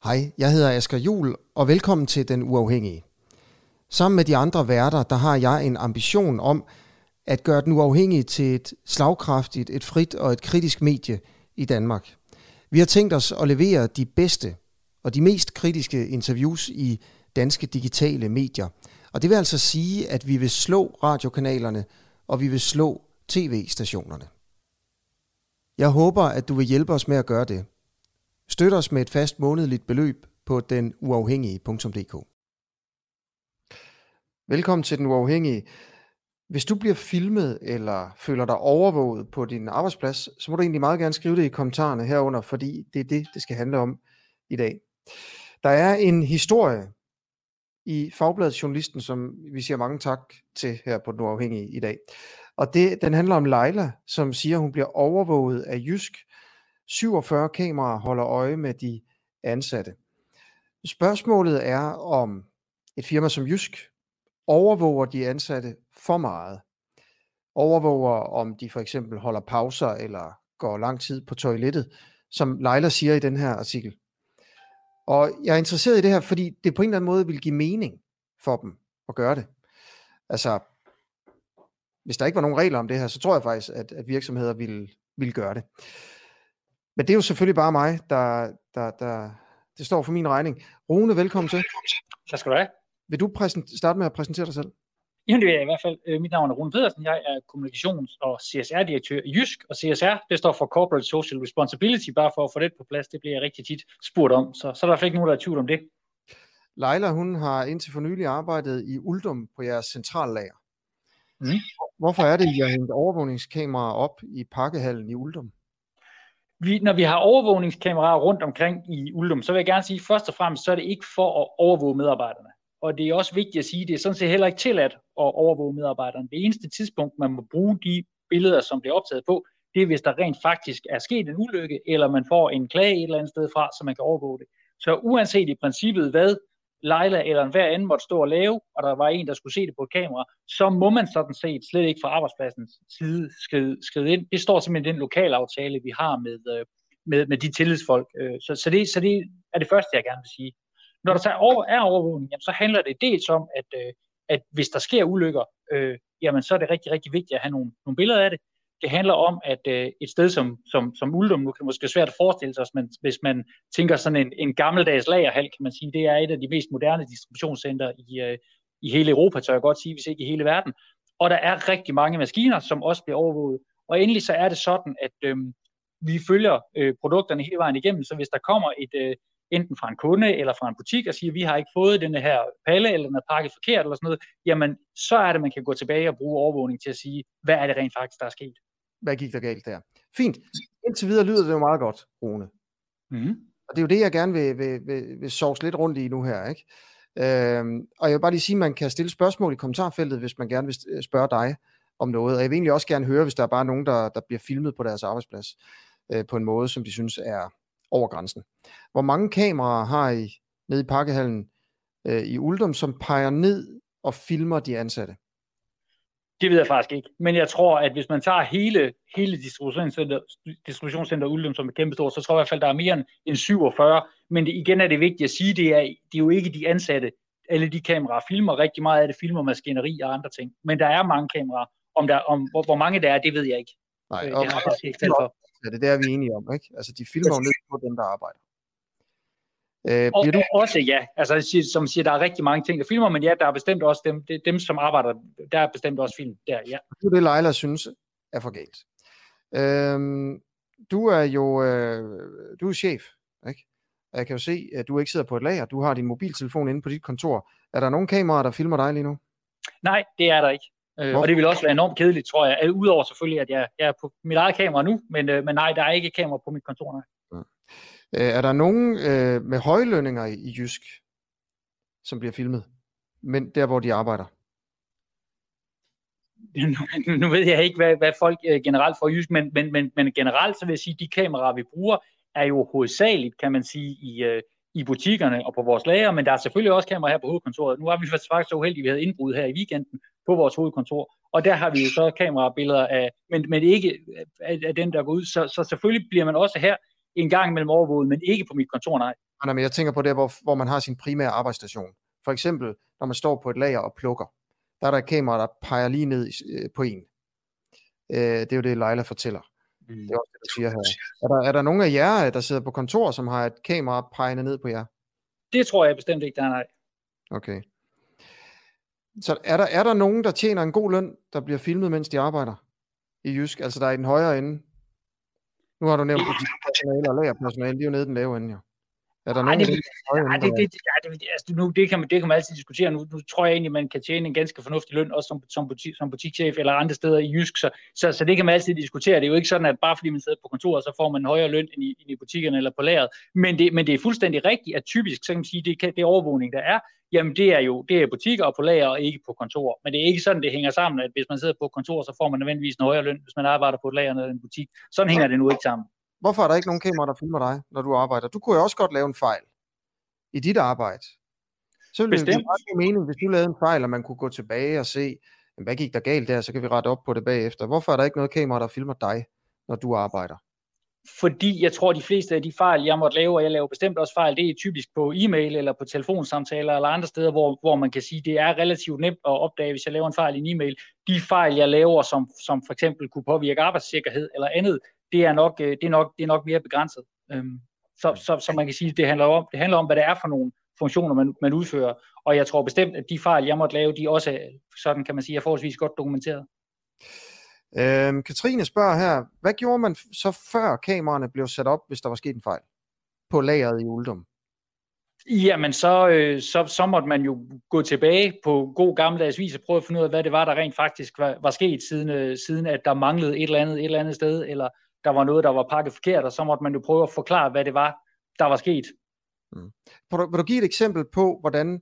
Hej, jeg hedder Asger Juhl, og velkommen til Den Uafhængige. Sammen med de andre værter, der har jeg en ambition om at gøre Den Uafhængige til et slagkraftigt, et frit og et kritisk medie i Danmark. Vi har tænkt os at levere de bedste og de mest kritiske interviews i danske digitale medier. Og det vil altså sige, at vi vil slå radiokanalerne, og vi vil slå tv-stationerne. Jeg håber, at du vil hjælpe os med at gøre det. Støt os med et fast månedligt beløb på denuafhængige.dk. Velkommen til Den Uafhængige. Hvis du bliver filmet eller føler dig overvåget på din arbejdsplads, så må du egentlig meget gerne skrive det i kommentarerne herunder, fordi det er det skal handle om i dag. Der er en historie i Fagbladet Journalisten, som vi siger mange tak til her på Den Uafhængige i dag. Og den handler om Leila, som siger, at hun bliver overvåget af Jysk. 47 kameraer holder øje med de ansatte. Spørgsmålet er, om et firma som Jysk overvåger de ansatte for meget. Overvåger, om de for eksempel holder pauser eller går lang tid på toilettet, som Leila siger i den her artikel. Og jeg er interesseret i det her, fordi det på en eller anden måde vil give mening for dem at gøre det. Altså, hvis der ikke var nogen regler om det her, så tror jeg faktisk, at virksomheder ville gøre det. Men det er jo selvfølgelig bare mig, der det står for min regning. Rune, velkommen til. Tak skal du have. Vil du starte med at præsentere dig selv? Jamen det vil jeg i hvert fald. Mit navn er Rune Pedersen. Jeg er kommunikations- og CSR-direktør i Jysk, og CSR, det står for Corporate Social Responsibility, bare for at få det på plads. Det bliver jeg rigtig tit spurgt om, så er der i hvert fald ikke nogen, der er i tvivl om det. Leila, hun har indtil for nylig arbejdet i Uldum på jeres centrallager. Hvorfor er det, I har hængt overvågningskameraer op i pakkehallen i Uldum? Når vi har overvågningskameraer rundt omkring i Uldum, så vil jeg gerne sige, først og fremmest, så er det ikke for at overvåge medarbejderne. Og det er også vigtigt at sige, at det er sådan set heller ikke tilladt at overvåge medarbejderne. Det eneste tidspunkt, man må bruge de billeder, som bliver optaget på, det er, hvis der rent faktisk er sket en ulykke, eller man får en klage et eller andet sted fra, så man kan overvåge det. Så uanset i princippet, hvad Leila eller enhver anden måtte stå og lave, og der var en, der skulle se det på et kamera, så må man sådan set slet ikke fra arbejdspladsens side skride ind. Det står simpelthen i den lokale aftale, vi har med de tillidsfolk. Så det er det første, jeg gerne vil sige. Når der så er overvågning, jamen, så handler det dels om, at hvis der sker ulykker, jamen, så er det rigtig, rigtig vigtigt at have nogle billeder af det. Det handler om, at et sted som Uldum, nu kan det måske svært at forestille sig, men hvis man tænker sådan en gammeldags lagerhal, kan man sige, det er et af de mest moderne distributionscenter i hele Europa, tør jeg godt sige, hvis ikke i hele verden. Og der er rigtig mange maskiner, som også bliver overvåget. Og endelig så er det sådan, at vi følger produkterne hele vejen igennem, så hvis der kommer enten fra en kunde eller fra en butik og siger, vi har ikke fået denne her palle, eller den er pakket forkert, eller sådan noget, jamen, så er det, man kan gå tilbage og bruge overvågning til at sige, hvad er det rent faktisk, der er sket. Hvad gik der galt der? Fint. Indtil videre lyder det jo meget godt, Rune. Mm-hmm. Og det er jo det, jeg gerne vil sovse lidt rundt i nu her, ikke? Og jeg vil bare lige sige, at man kan stille spørgsmål i kommentarfeltet, hvis man gerne vil spørge dig om noget. Og jeg vil egentlig også gerne høre, hvis der er bare nogen, der bliver filmet på deres arbejdsplads på en måde, som de synes er over grænsen. Hvor mange kameraer har I nede i pakkehallen i Uldum, som peger ned og filmer de ansatte? Det ved jeg faktisk ikke. Men jeg tror, at hvis man tager hele distributionscenter Uldum som er kæmpestort, så tror jeg i hvert fald, der er mere end 47. Men igen er det vigtigt at sige, det er jo ikke de ansatte. Alle de kameraer filmer rigtig meget af det, filmer maskineri og andre ting. Men der er mange kameraer. Hvor mange der er, det ved jeg ikke. Nej, det har jeg ikke talt for. Ja, det er vi enige om, ikke? Altså, de filmer jo ned på dem, der arbejder. Også ja, altså som siger, der er rigtig mange ting, der filmer, men ja, der er bestemt også dem som arbejder, der er bestemt også film der, ja. Det er det, Leila synes er for galt. Du er jo du er chef, ikke? Og jeg kan jo se, at du ikke sidder på et lager, du har din mobiltelefon inde på dit kontor. Er der nogen kameraer, der filmer dig lige nu? Nej, det er der ikke. Og det vil også være enormt kedeligt, tror jeg. Udover selvfølgelig, at jeg er på mit eget kamera nu, men nej, der er ikke kamera på mit kontor, nej. Ja. Er der nogen med høje lønninger i Jysk, som bliver filmet, men der hvor de arbejder? Nu ved jeg ikke, hvad folk generelt får i Jysk, men generelt så vil jeg sige, at de kameraer, vi bruger, er jo hovedsageligt, kan man sige, i butikkerne og på vores lager, men der er selvfølgelig også kameraer her på hovedkontoret. Nu har vi faktisk så uheldige, at vi havde indbrud her i weekenden på vores hovedkontor, og der har vi jo så kamerabilleder af, men ikke af dem, der går ud. Så selvfølgelig bliver man også her en gang imellem overvåget, men ikke på mit kontor, nej. Nej, men jeg tænker på det, hvor man har sin primære arbejdsstation. For eksempel, når man står på et lager og plukker, der er der et kamera, der peger lige ned på en. Det er jo det, Leila fortæller. Det er også det, du siger her. Er der nogen af jer, der sidder på kontor, som har et kamera pegende ned på jer? Det tror jeg bestemt ikke, der er, nej. Okay. Så er der nogen, der tjener en god løn, der bliver filmet, mens de arbejder i Jysk? Altså, der er i den højere ende. Nu har du nævnt butikspersonale og lagerpersonale, de er jo nede i den lave ende, jo. Er der nogen det kan man altid diskutere. Nu tror jeg egentlig, man kan tjene en ganske fornuftig løn, også som butikschef eller andre steder i Jysk, så det kan man altid diskutere. Det er jo ikke sådan, at bare fordi man sidder på kontoret, så får man en højere løn end i butikkerne eller på lageret. Men det er fuldstændig rigtigt, at typisk, så kan man sige, det overvågning, der er, jamen det er butikker og på lager og ikke på kontor. Men det er ikke sådan, det hænger sammen, at hvis man sidder på kontor, så får man nødvendigvis en højere løn, hvis man arbejder på et lager eller en butik. Sådan hænger det nu ikke sammen. Hvorfor er der ikke nogen kamera, der filmer dig, når du arbejder? Du kunne jo også godt lave en fejl i dit arbejde. Så ville det give mening, hvis du lavede en fejl, og man kunne gå tilbage og se, hvad gik der galt der, så kan vi rette op på det bagefter. Hvorfor er der ikke noget kamera, der filmer dig, når du arbejder? Fordi jeg tror, de fleste af de fejl, jeg måtte lave, og jeg laver bestemt også fejl, det er typisk på e-mail eller på telefonsamtaler eller andre steder, hvor man kan sige, det er relativt nemt at opdage, hvis jeg laver en fejl i en e-mail. De fejl, jeg laver, som for eksempel kunne påvirke arbejdssikkerhed eller andet, det er nok mere begrænset. Så man kan sige, det handler om, hvad det er for nogle funktioner, man udfører. Og jeg tror bestemt, at de fejl, jeg måtte lave, de også, sådan kan man sige, er forholdsvis godt dokumenteret. Katrine spørger her, hvad gjorde man så før kameraerne blev sat op, hvis der var sket en fejl på lageret i Uldum? Jamen, så måtte man jo gå tilbage på god gammeldags vis og prøve at finde ud af, hvad det var, der rent faktisk var sket, siden at der manglede et eller andet sted, eller der var noget, der var pakket forkert, og så måtte man jo prøve at forklare, hvad det var, der var sket. Vil du give et eksempel på, hvordan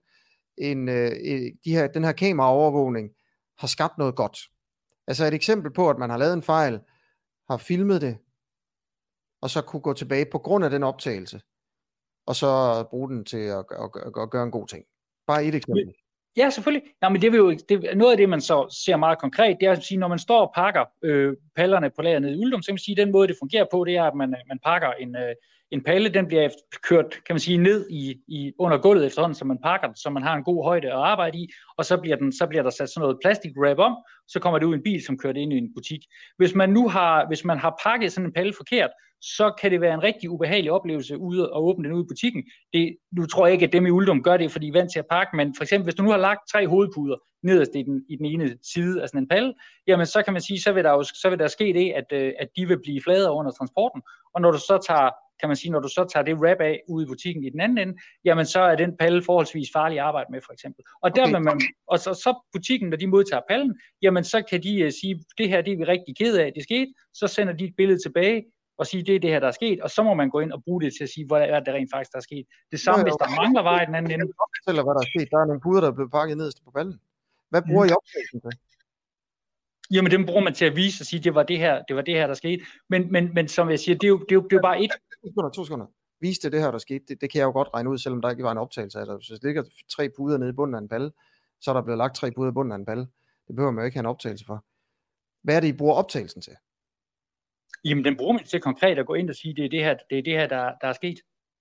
den her kameraovervågning har skabt noget godt? Altså et eksempel på, at man har lavet en fejl, har filmet det, og så kunne gå tilbage på grund af den optagelse, og så bruge den til at gøre en god ting. Bare et eksempel. Ja, selvfølgelig. Ja, men noget af det, man så ser meget konkret, det er at sige, når man står og pakker pallerne på lageret nede i Uldum, så kan man sige, at den måde, det fungerer på, det er, at man pakker en palle, den bliver kørt, kan man sige, ned under gulvet efterhånden, så man pakker den, så man har en god højde at arbejde i, og så bliver der sat sådan noget plastik-wrap om, så kommer det ud i en bil, som kører det ind i en butik. Hvis man har pakket sådan en palle forkert, så kan det være en rigtig ubehagelig oplevelse ude og åbne den ud i butikken. Nu tror jeg ikke, at dem i Uldum gør det, fordi de er vant til at pakke, men for eksempel, hvis du nu har lagt 3 hovedpuder nederst i den ene side af sådan en palle, jamen så kan man sige, så vil der ske det, at de vil blive flade under transporten, og når du så tager det wrap af ude i butikken i den anden ende, jamen så er den palle forholdsvis farlig at arbejde med, for eksempel. Og dermed og så butikken, når de modtager pallen, jamen så kan de sige, det her det er vi rigtig ked af, det skete, så sender de et billede tilbage, og sige, det er det her, der er sket, og så må man gå ind og bruge det til at sige, hvad er det rent faktisk, der er sket. Det samme, hvis der mangler varer i den anden ende. Eller hvad der er sket. Der er nogle puder, der er blevet pakket nederst på ballen. Hvad bruger I optagelsen til? Jamen, dem bruger man til at vise og sige, det var det her, der skete. Men som jeg siger, det er jo bare et. 2 sekunder. Viste det her, der skete. Det kan jeg jo godt regne ud, selvom der ikke var en optagelse af det. Hvis der ligger 3 puder nede i bunden af en balle, så er der blevet lagt 3 puder i bunden af en balle. Det behøver man jo ikke have en optagelse for. Hvad er det, I bruger optagelsen til? Jamen, den bruger man til konkret at gå ind og sige, det er det her, der er sket.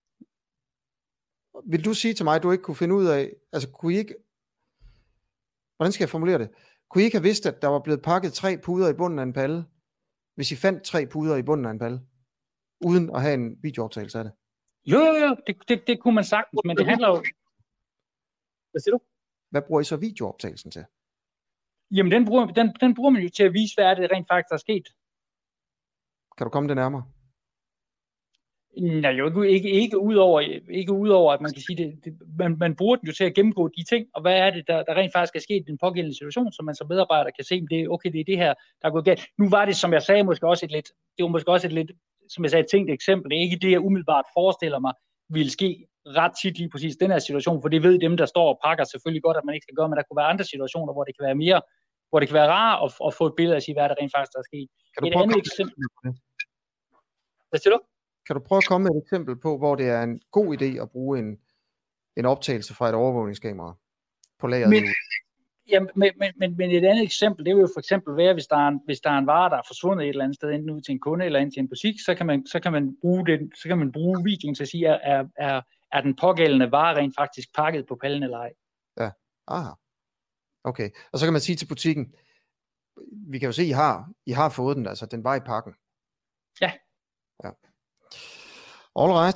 Vil du sige til mig, at du ikke kunne finde ud af, altså kunne I ikke, hvordan skal jeg formulere det? Kunne I ikke have vidst, at der var blevet pakket 3 puder i bunden af en palle, hvis I fandt 3 puder i bunden af en palle, uden at have en videooptagelse af det? Jo, det kunne man sagtens, men det handler jo... Hvad siger du? Hvad bruger I så videooptagelsen til? Jamen, den bruger man jo til at vise, hvad er det rent faktisk, der er sket. Kan du komme det nærmere? Nej, jo ikke udover, at man kan sige det. Man bruger den jo til at gennemgå de ting, og hvad er det, der rent faktisk er sket i den pågældende situation, så man som medarbejder kan se, det er det her, der er gået galt. Nu var det, som jeg sagde, måske også et lidt, som jeg sagde, et tænkt eksempel. Det er ikke det, jeg umiddelbart forestiller mig, vil ske ret tit lige præcis den her situation, for det ved dem, der står og pakker selvfølgelig godt, at man ikke skal gøre, men der kunne være andre situationer, hvor det kan være mere, hvor det kan være rarere at få et billede af at sige, hvad der rent faktisk er sket. Et andet eksempel. Hvad siger du? Kan du prøve at komme med et eksempel på, hvor det er en god idé at bruge en optagelse fra et overvågningskamera på lageret? Men et andet eksempel, det vil jo for eksempel være, hvis der er en vare, der er forsvundet et eller andet sted, enten ud til en kunde eller ind til en butik, så kan man bruge videoen til at sige, er den pågældende vare rent faktisk pakket på pallen eller ej. Ja, aha. Okay, og så kan man sige til butikken, vi kan jo se, I har fået den, altså den var i pakken. Ja. Ja. Alright.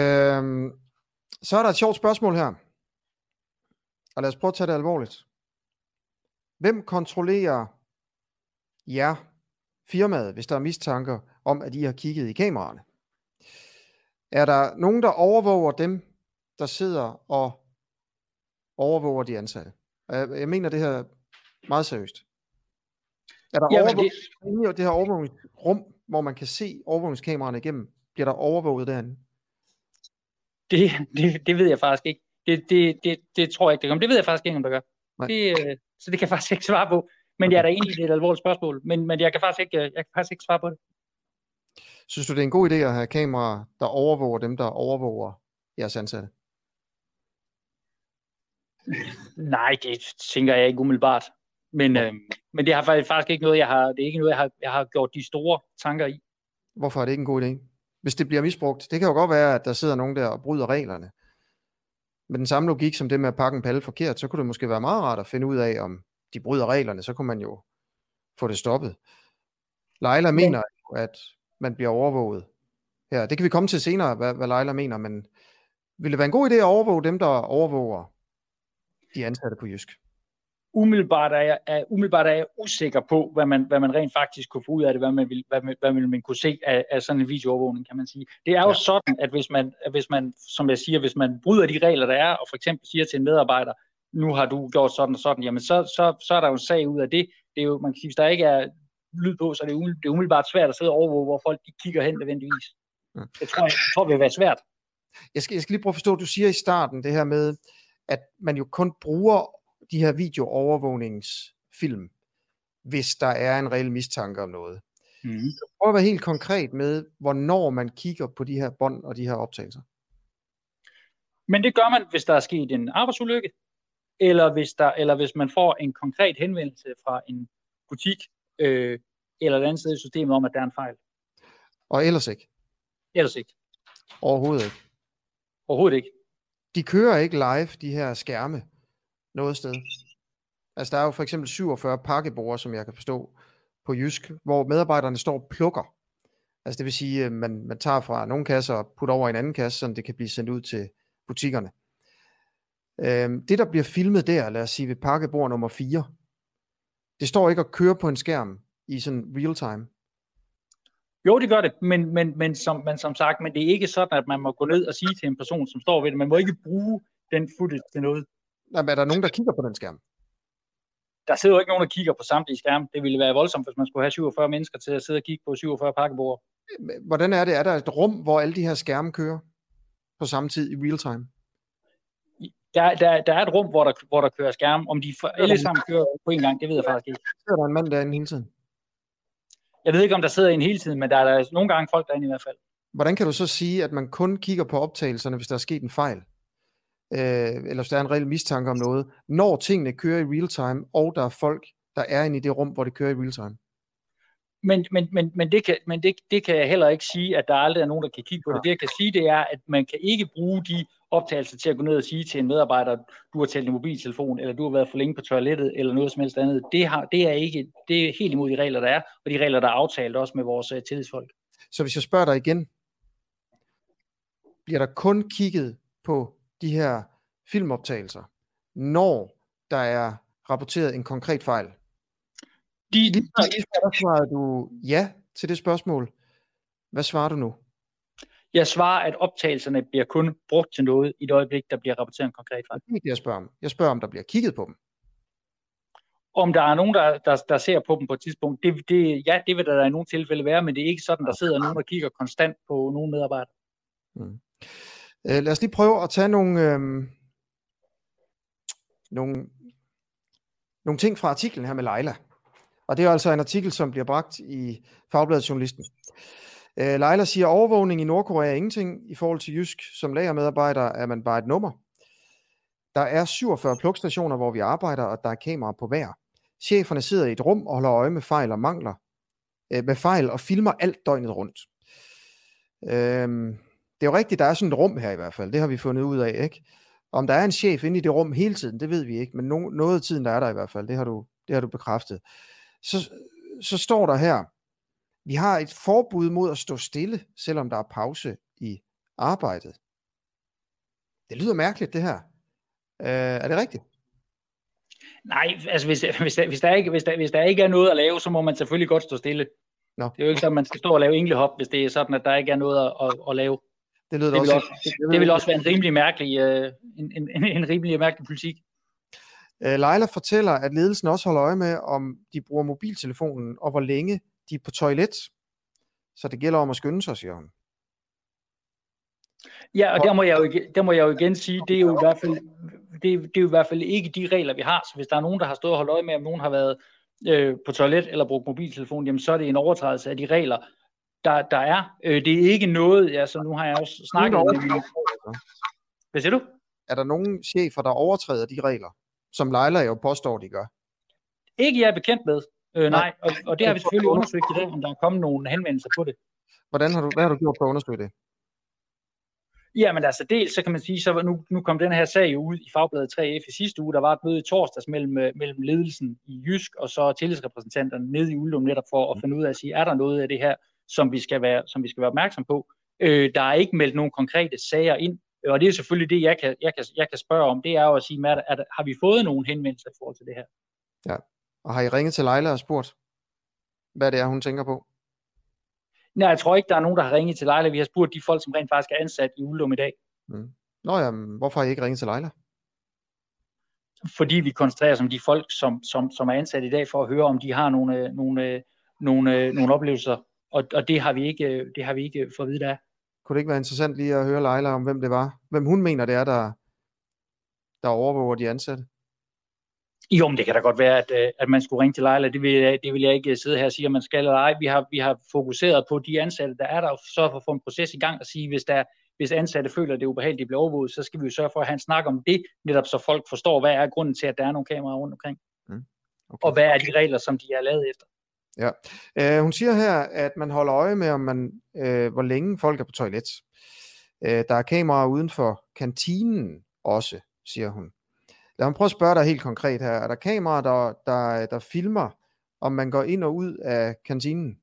Så er der et sjovt spørgsmål her. Og lad os prøve at tage det alvorligt. Hvem kontrollerer jer, firmaet, hvis der er mistanker om, at I har kigget i kameraerne? Er der nogen, der overvåger dem, der sidder og overvåger de ansatte? Jeg mener det her meget seriøst. Er der det her overvågningsrum, hvor man kan se overvågningskameraerne igennem? Bliver der overvåget derinde? Det ved jeg faktisk ikke. Det tror jeg ikke, det kommer. Det ved jeg faktisk ikke, om der gør. Så det kan jeg faktisk ikke svare på. Men okay. Jeg er da egentlig et alvorligt spørgsmål. Men jeg kan faktisk ikke svare på det. Synes du, det er en god idé at have kameraer, der overvåger dem, der overvåger jeres ansatte? Nej, det tænker jeg ikke umiddelbart. Men det har faktisk ikke noget, jeg har gjort de store tanker i. Hvorfor er det ikke en god idé? Hvis det bliver misbrugt, det kan jo godt være, at der sidder nogen der og bryder reglerne. Med den samme logik som det med at pakke en palle forkert, så kunne det måske være meget rart at finde ud af, om de bryder reglerne, så kunne man jo få det stoppet. Leila mener jo, at man bliver overvåget her. Det kan vi komme til senere, hvad Leila mener, men vil det være en god idé at overvåge dem, der overvåger de ansatte på Jysk? Umiddelbart er jeg usikker på, hvad man rent faktisk kunne få ud af det, hvad man kunne se af sådan en videoovervågning, kan man sige. Det er jo sådan, at hvis man, som jeg siger, hvis man bryder de regler, der er, og for eksempel siger til en medarbejder, nu har du gjort sådan og sådan, jamen så er der jo en sag ud af det. Det er jo, man kan sige, hvis der ikke er lyd på, så er det umiddelbart svært at sidde og overvåge, hvor folk de kigger hen nødvendigvis. Jeg tror, det vil være svært. Jeg skal lige prøve at forstå, du siger i starten det her med, at man jo kun bruger de her videoovervågningsfilm, hvis der er en reel mistanke om noget. Prøv at være helt konkret med, hvornår man kigger på de her bånd og de her optagelser. Men det gør man, hvis der er sket en arbejdsulykke, eller hvis man får en konkret henvendelse fra en butik, eller et andet sted i systemet om, at der er en fejl. Og ellers ikke? Ellers ikke. Overhovedet ikke? Overhovedet ikke. De kører ikke live, de her skærme, noget sted. Altså der er jo for eksempel 47 pakkeborde, som jeg kan forstå på Jysk, hvor medarbejderne står og plukker. Altså det vil sige, at man tager fra nogle kasser og putter over i en anden kasse, så det kan blive sendt ud til butikkerne. Det der bliver filmet der, lad os sige ved pakkebord nummer 4, det står ikke at køre på en skærm i sådan real time. Jo, det gør det, men som sagt, men det er ikke sådan, at man må gå ned og sige til en person, som står ved det, man må ikke bruge den footage til noget. Nej, men er der nogen, der kigger på den skærm? Der sidder jo ikke nogen, der kigger på samtlige skærme. Det ville være voldsomt, hvis man skulle have 47 mennesker til at sidde og kigge på 47 pakkebord. Hvordan er det? Er der et rum, hvor alle de her skærme kører på samme tid i real time? Der er et rum, hvor der kører skærme. Om de alle sammen kører på en gang, det ved jeg faktisk ikke. Sidder der en mand derinde hele tiden? Jeg ved ikke, om der sidder en hele tiden, men der er nogle gange folk derinde i hvert fald. Hvordan kan du så sige, at man kun kigger på optagelserne, hvis der er sket en fejl? Eller hvis der er en reel mistanke om noget, når tingene kører i real time, og der er folk, der er inde i det rum, hvor det kører i real time? Men det kan jeg heller ikke sige, at der aldrig er nogen, der kan kigge på det. Det jeg kan sige, det er, at man kan ikke bruge de optagelser til at gå ned og sige til en medarbejder, du har talt en mobiltelefon, eller du har været for længe på toilettet, eller noget som helst andet. Det er helt imod de regler, der er, og de regler, der er aftalt også med vores tillidsfolk. Så hvis jeg spørger dig igen, bliver der kun kigget på de her filmoptagelser, når der er rapporteret en konkret fejl? Der svarede du ja til det spørgsmål. Hvad svarer du nu? Jeg svarer, at optagelserne bliver kun brugt til noget i det øjeblik, der bliver rapporteret en konkret fejl. Det er ikke det, jeg spørger om. Jeg spørger, om der bliver kigget på dem. Om der er nogen, der ser på dem på et tidspunkt, det vil der i nogle tilfælde være, men det er ikke sådan, der sidder nogen, der kigger konstant på nogle medarbejdere. Lad os lige prøve at tage nogle ting fra artiklen her med Leila. Og det er altså en artikel, som bliver bragt i Fagbladet Journalisten. Leila siger, at overvågning i Nordkorea er ingenting. I forhold til Jysk som lagermedarbejder er man bare et nummer. Der er 47 plugstationer, hvor vi arbejder, og der er kameraer på hver. Cheferne sidder i et rum og holder øje med fejl og mangler. Med fejl og filmer alt døgnet rundt. det er jo rigtigt, der er sådan et rum her i hvert fald. Det har vi fundet ud af, ikke? Om der er en chef inde i det rum hele tiden, det ved vi ikke, men noget af tiden, der er der i hvert fald. Det har du bekræftet. Så står der her, vi har et forbud mod at stå stille, selvom der er pause i arbejdet. Det lyder mærkeligt, det her. Er det rigtigt? Nej, altså hvis der ikke er noget at lave, så må man selvfølgelig godt stå stille. No. Det er jo ikke sådan, at man skal stå og lave englehop, hvis det er sådan, at der ikke er noget at lave. Det vil også være en rimelig mærkelig, en rimelig mærkelig politik. Leila fortæller, at ledelsen også holder øje med, om de bruger mobiltelefonen, og hvor længe de er på toilet. Så det gælder om at skynde sig, siger hun. Ja, og der må jeg jo igen sige, det er jo i hvert fald ikke de regler, vi har. Så hvis der er nogen, der har stået og holdt øje med, om nogen har været på toilet eller brugt mobiltelefon, jamen så er det en overtrædelse af de regler, der er. Det er ikke noget, altså nu har jeg også snakket med. Hvad siger du? Er der nogen chefer, der overtræder de regler, som Leila jo påstår, de gør? Ikke jeg er bekendt med. Nej, og det har vi selvfølgelig undersøgt i dag, om der er kommet nogle henvendelser på det. Hvad har du gjort for at undersøge det? Jamen altså dels, så kan man sige, så nu kom den her sag ud i Fagbladet 3F i sidste uge. Der var et møde i torsdags mellem ledelsen i Jysk og så tillidsrepræsentanterne nede i Uldum netop for at finde ud af at sige, er der noget af det her, som vi skal være opmærksom på. Der er ikke meldt nogen konkrete sager ind, og det er selvfølgelig det, jeg kan spørge om. Det er jo at sige, har vi fået nogen henvendelser i forhold til det her? Ja, og har I ringet til Leila og spurgt, hvad det er, hun tænker på? Nej, jeg tror ikke, der er nogen, der har ringet til Leila. Vi har spurgt de folk, som rent faktisk er ansat i Uldum i dag. Nå ja, hvorfor har I ikke ringet til Leila? Fordi vi koncentrerer os om de folk, som er ansat i dag, for at høre, om de har nogle oplevelser. Og det har vi ikke fået at vide, der er. Kunne det ikke være interessant lige at høre Leila om, hvem det var? Hvem hun mener, det er, der overvåger de ansatte? Jo, men det kan da godt være, at man skulle ringe til Leila. Det vil jeg ikke sidde her og sige, om man skal eller ej. Vi har fokuseret på de ansatte, der er der, og sørge for at få en proces i gang og sige, hvis ansatte føler, at det er ubehageligt, at de bliver overvåget, så skal vi jo sørge for at have en snak om det, netop så folk forstår, hvad er grunden til, at der er nogle kameraer rundt omkring. Okay. Og hvad er de regler, som de er lavet efter. Ja. Hun siger her, at man holder øje med, om hvor længe folk er på toilet. Der er kameraer uden for kantinen også, siger hun. Lad mig prøve at spørge dig helt konkret her. Er der kameraer, der filmer, om man går ind og ud af kantinen?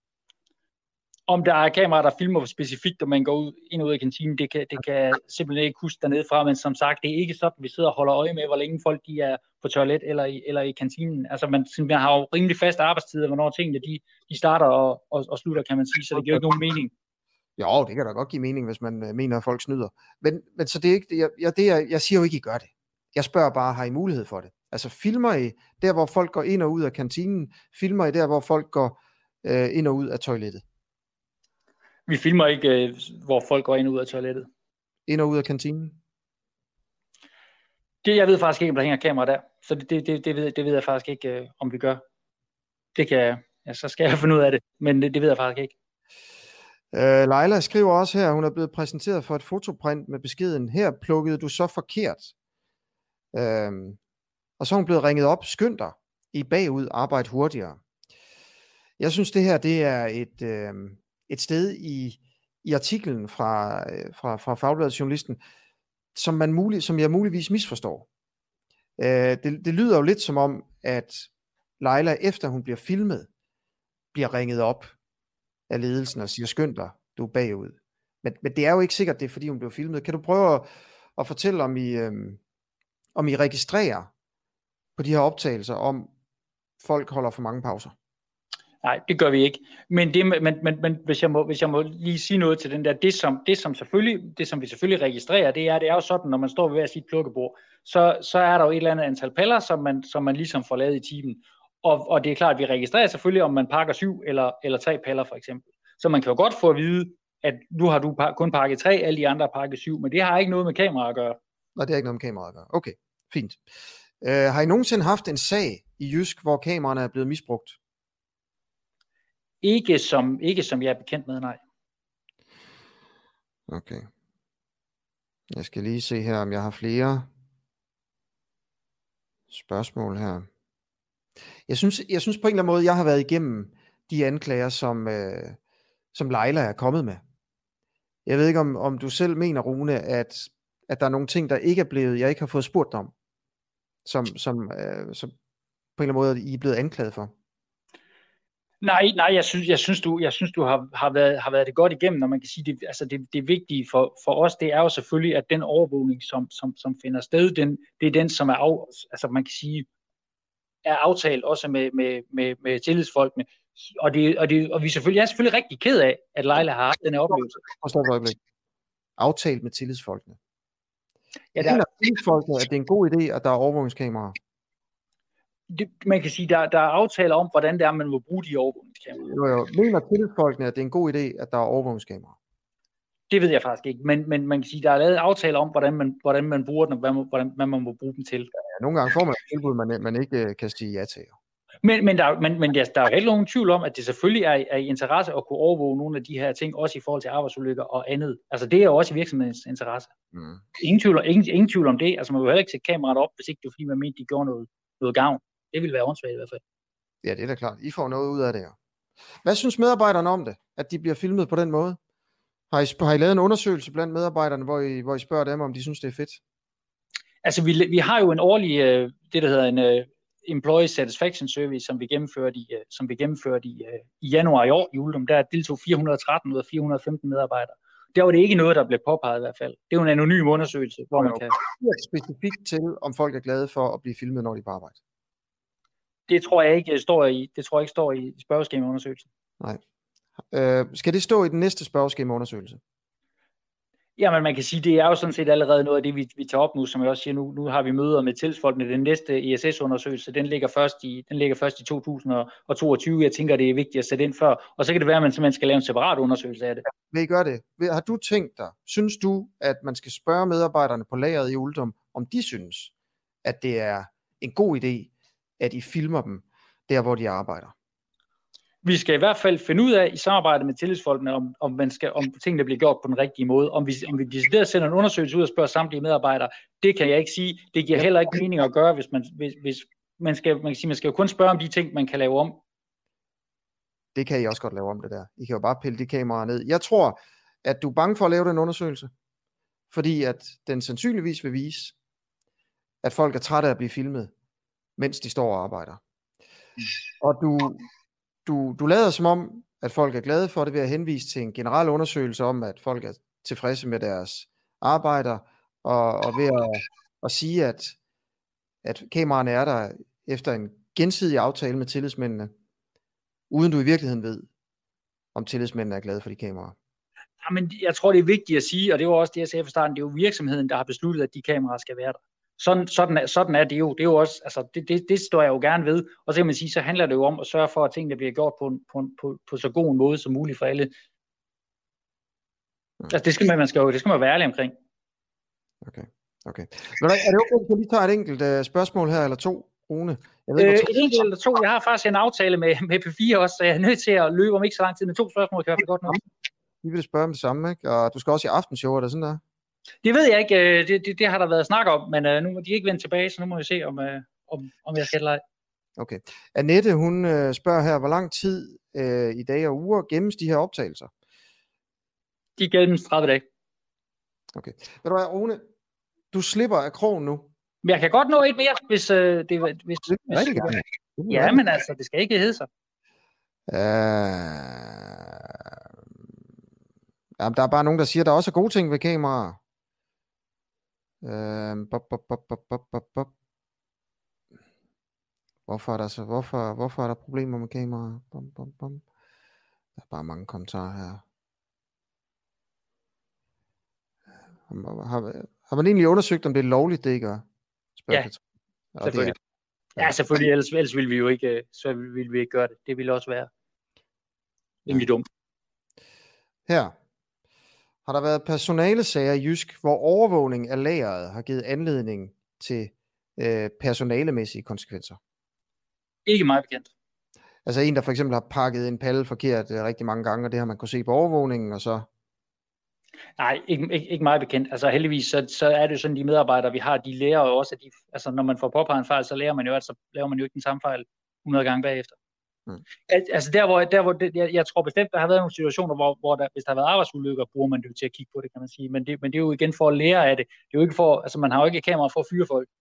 Om der er kameraer, der filmer specifikt, om man går ind og ud af kantinen, det kan jeg simpelthen ikke huske dernede fra, men som sagt, det er ikke sådan, at vi sidder og holder øje med, hvor længe folk de er på toilet eller i kantinen. Altså man har jo rimelig faste arbejdstider, hvornår tingene de starter og slutter, kan man sige, så det giver ikke nogen mening. Jo, det kan da godt give mening, hvis man mener, at folk snyder. Men så det er ikke, jeg siger jo ikke, I gør det. Jeg spørger bare, har I mulighed for det? Altså filmer I der, hvor folk går ind og ud af kantinen? Filmer I der, hvor folk går ind og ud af toilettet? Vi filmer ikke, hvor folk går ind og ud af toilettet. Ind og ud af kantinen? Jeg ved faktisk ikke, om der hænger kamera der. Så det ved jeg faktisk ikke, om vi gør. Så skal jeg finde ud af det. Men det ved jeg faktisk ikke. Leila skriver også her, hun er blevet præsenteret for et fotoprint med beskeden, her plukkede du så forkert. Og så er hun blevet ringet op, skynd dig, i bagud, arbejde hurtigere. Jeg synes, det her det er et sted i artiklen fra Fagbladet Journalisten, som jeg muligvis misforstår. Det lyder jo lidt som om, at Leila, efter hun bliver filmet, bliver ringet op af ledelsen og siger, skynd dig, du er bagud. Men det er jo ikke sikkert, det er fordi hun bliver filmet. Kan du prøve at fortælle, om I registrerer på de her optagelser, om folk holder for mange pauser? Nej, det gør vi ikke. Men hvis jeg må lige sige noget til den der, det som vi selvfølgelig registrerer, det er jo sådan, når man står ved hver sit plukkebord, så er der jo et eller andet antal paller, som man ligesom får lavet i timen. Og det er klart, at vi registrerer selvfølgelig, om man pakker 7 eller 3 paller for eksempel. Så man kan jo godt få at vide, at nu har du kun pakket 3, alle de andre har pakket 7, men det har ikke noget med kamera at gøre. Nej, det har ikke noget med kamera at gøre. Okay, fint. Har I nogensinde haft en sag i Jysk, hvor kameraerne er blevet misbrugt? Ikke som jeg er bekendt med, nej. Okay. Jeg skal lige se her, om jeg har flere spørgsmål her. Jeg synes på en eller anden måde, jeg har været igennem de anklager, som Leila er kommet med. Jeg ved ikke, om du selv mener, Rune, at der er nogle ting, der ikke er blevet, jeg ikke har fået spurgt dig om, som på en eller anden måde I er blevet anklaget for. Nej, jeg synes du har været det godt igennem, når man kan sige, det vigtige for os, det er jo selvfølgelig, at den overvågning, som finder sted, det er den, som man kan sige, er aftalt også med tillidsfolkene. Og vi jeg er selvfølgelig rigtig ked af, at Leila har haft den her oplevelse. Forstår et øjeblik. Aftalt med tillidsfolkene. Ja, Mener tillidsfolkene, at det er en god idé, at der er overvågningskameraer? Man kan sige, der er aftaler om, hvordan det er, man må bruge de overvågningskameraer. Jo. Mener tillidsfolkene, at det er en god idé, at der er overvågningskameraer? Det ved jeg faktisk ikke, men man kan sige, der er lavet aftaler om, hvordan man bruger den, og hvad man må bruge dem til. Ja, nogle gange får man et tilbud, man ikke kan sige ja til. Men der er jo ikke nogen tvivl om, at det selvfølgelig er i interesse at kunne overvåge nogle af de her ting, også i forhold til arbejdsulykker og andet. Altså det er jo også i virksomhedens interesse. Mm. Ingen tvivl om det. Altså man vil heller ikke sætte kameraet op, hvis ikke det er fordi, man mente, de gjorde noget gavn. Det ville være åndssvagt i hvert fald. Ja, det er da klart. I får noget ud af det her. Hvad synes medarbejderne om det, at de bliver filmet på den måde? Har I lavet en undersøgelse blandt medarbejderne, hvor I spørger dem, om de synes, det er fedt? Altså vi har jo en årlig, det der hedder en Employee Satisfaction Survey, som vi gennemførte i januar i år i Uldum. Der deltog 413 ud af 415 medarbejdere. Der var det ikke noget, der blev påpeget i hvert fald. Det er jo en anonym undersøgelse, hvor man kan... Specifikt til, om folk er glade for at blive filmet, når de er på arbejde. Det tror jeg ikke står i spørgeskemaundersøgelsen. Nej. Skal det stå i den næste spørgeskemaundersøgelse? Jamen man kan sige, det er jo sådan set allerede noget af det, vi tager op nu, som jeg også siger, nu har vi møder med tillidsfolkene. Den næste ESS-undersøgelse, den ligger først i 2022. Jeg tænker, det er vigtigt at sætte ind før, og så kan det være, at man simpelthen skal lave en separat undersøgelse af det. Vil I gøre det? Har du tænkt dig, synes du, at man skal spørge medarbejderne på lageret i Uldum, om de synes, at det er en god idé, at I filmer dem der, hvor de arbejder? Vi skal i hvert fald finde ud af i samarbejde med tillidsfolkene, om tingene bliver gjort på den rigtige måde. Om vi decideret sender en undersøgelse ud og spørger samtlige medarbejdere, det kan jeg ikke sige. Det giver heller ikke mening at gøre, hvis man skal jo kun spørge om de ting, man kan lave om. Det kan I også godt lave om det der. I kan jo bare pille de kameraer ned. Jeg tror, at du er bange for at lave den undersøgelse, fordi at den sandsynligvis vil vise, at folk er trætte af at blive filmet, mens de står og arbejder. Og du lader som om, at folk er glade for det ved at henvise til en generel undersøgelse om, at folk er tilfredse med deres arbejder, og ved at sige, at kameraerne er der efter en gensidig aftale med tillidsmændene, uden du i virkeligheden ved, om tillidsmændene er glade for de kameraer. Jamen, jeg tror, det er vigtigt at sige, og det var også det, jeg sagde fra starten, det er jo virksomheden, der har besluttet, at de kameraer skal være der. Sådan er det jo. Det er jo også, altså det står jeg jo gerne ved. Og så kan man sige, så handler det jo om at sørge for, at tingene bliver gjort på så god en måde som muligt for alle. Altså det skal man være ærlig omkring. Okay. Er det okay, at vi lige tager et enkelt spørgsmål her, eller to, Rune? Et enkelt eller to. Jeg har faktisk en aftale med P4 også, så jeg er nødt til at løbe om ikke så lang tid, men 2 spørgsmål kan jeg godt nok. Vi vil spørge om det samme, ikke? Og du skal også i aftenshow, er det sådan der? Det ved jeg ikke. Det har der været snak om, men nu må de ikke vende tilbage, så nu må vi se, om jeg skal eller ej. Okay. Annette, hun spørger her, hvor lang tid i dage og uger gemmes de her optagelser? De gemmes 30 dage. Okay. Ved du hvad, Rune? Du slipper af krogen nu. Men jeg kan godt nå et mere, hvis ja, men altså, det skal ikke hedde sig. Jamen, der er bare nogen, der siger, at der også er gode ting ved kameraer. Hvorfor er der problemer med kameraer? Der er bare mange kommentarer her. Har man egentlig undersøgt, om det er lovligt, det I gør? Ja, selvfølgelig. Ja, selvfølgelig, ellers ville vi jo ikke, så ville vi ikke gøre det. Det ville også være rimelig dumt. Her har der været personalesager i Jysk, hvor overvågning af lageret har givet anledning til personalemæssige konsekvenser. Ikke meget bekendt. Altså en, der for eksempel har pakket en palle forkert rigtig mange gange, og det har man kunne se på overvågningen, og så... Nej, ikke meget bekendt. Altså heldigvis, så er det jo sådan, de medarbejdere, vi har, de lærer jo også, at altså, når man får påpeget en fejl, så lærer man jo, at så laver man jo ikke den samme fejl 100 gange bagefter. Mm. Altså jeg tror bestemt, der har været nogle situationer, hvor der, hvis der har været arbejdsulykker, bruger man det jo til at kigge på det, kan man sige. Men det er jo igen for at lære af det. Det er jo ikke for, altså man har jo ikke kamera for at fyre folk.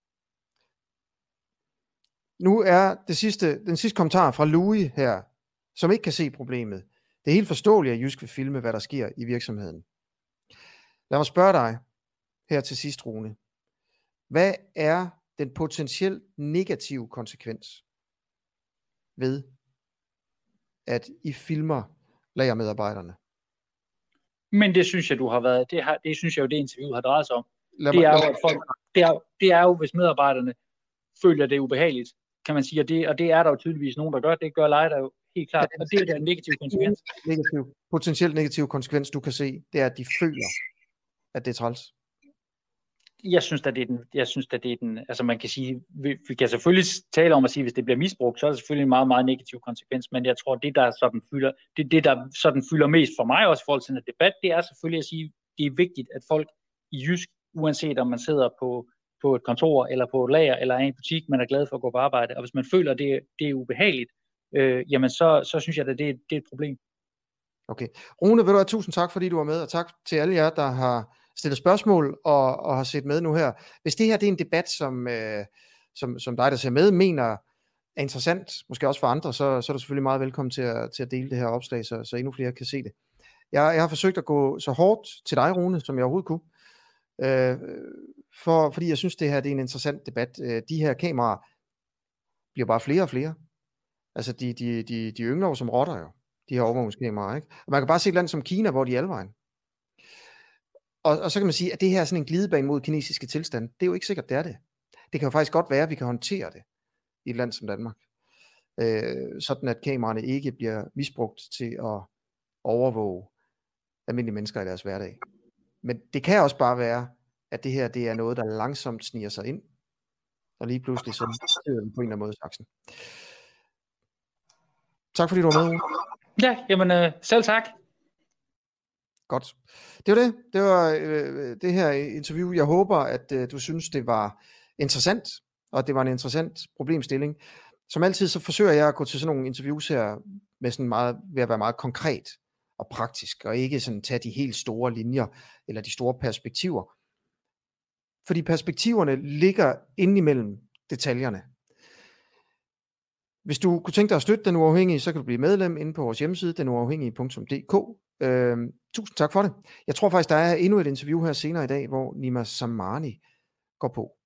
Nu er den sidste kommentar fra Louis her, som ikke kan se problemet. Det er helt forståeligt, at Jysk vil filme, hvad der sker i virksomheden. Lad mig spørge dig her til sidst, Rune. Hvad er den potentielt negative konsekvens ved, at I filmer lagermedarbejderne? Men det synes jeg, du har været, det synes jeg jo, det interview har drejet sig om. Det er jo, hvis medarbejderne føler det ubehageligt, kan man sige, og det er der jo tydeligvis nogen, der gør. Det gør Leiter jo helt klart, og det er en negativ konsekvens. Potentielt negativ konsekvens, du kan se, det er, at de føler, at det er træls. Jeg synes, at det er den, altså man kan sige, vi kan selvfølgelig tale om at sige, hvis det bliver misbrugt, så er det selvfølgelig en meget, meget negativ konsekvens, men jeg tror, det der sådan fylder mest for mig også i forhold til den debat, det er selvfølgelig at sige, det er vigtigt, at folk i Jysk, uanset om man sidder på et kontor, eller på et lager, eller er i en butik, man er glad for at gå på arbejde, og hvis man føler, det er ubehageligt, jamen så synes jeg, at det er et problem. Okay. Rune, vil du have tusind tak, fordi du var med, og tak til alle jer, der har stillet spørgsmål og har set med nu her. Hvis det her det er en debat, som dig, der ser med, mener er interessant, måske også for andre, så er du selvfølgelig meget velkommen til at dele det her opslag, så endnu flere kan se det. Jeg har forsøgt at gå så hårdt til dig, Rune, som jeg overhovedet kunne, fordi jeg synes, det her det er en interessant debat. De her kameraer bliver bare flere og flere. Altså, de yngler som rotter jo, de her overvågningskameraer, ikke? Og man kan bare se et land som Kina, hvor de er alvejen. Og så kan man sige, at det her er sådan en glidebane mod kinesiske tilstand. Det er jo ikke sikkert, det er det. Det kan jo faktisk godt være, at vi kan håndtere det i et land som Danmark. Sådan at kameraerne ikke bliver misbrugt til at overvåge almindelige mennesker i deres hverdag. Men det kan også bare være, at det her det er noget, der langsomt sniger sig ind. Og lige pludselig så sidder vi på en eller anden måde saksen. Tak fordi du var med. Ja, jamen selv tak. Godt. Det var det her interview. Jeg håber, at du synes, det var interessant, og at det var en interessant problemstilling. Som altid, så forsøger jeg at gå til sådan nogle interviews her med sådan meget, ved at være meget konkret og praktisk, og ikke sådan tage de helt store linjer, eller de store perspektiver. Fordi perspektiverne ligger inde imellem detaljerne. Hvis du kunne tænke dig at støtte Den Uafhængige, så kan du blive medlem inde på vores hjemmeside, denuafhængige.dk. Tusind tak for det. Jeg tror faktisk, der er endnu et interview her senere i dag, hvor Nima Samani går på.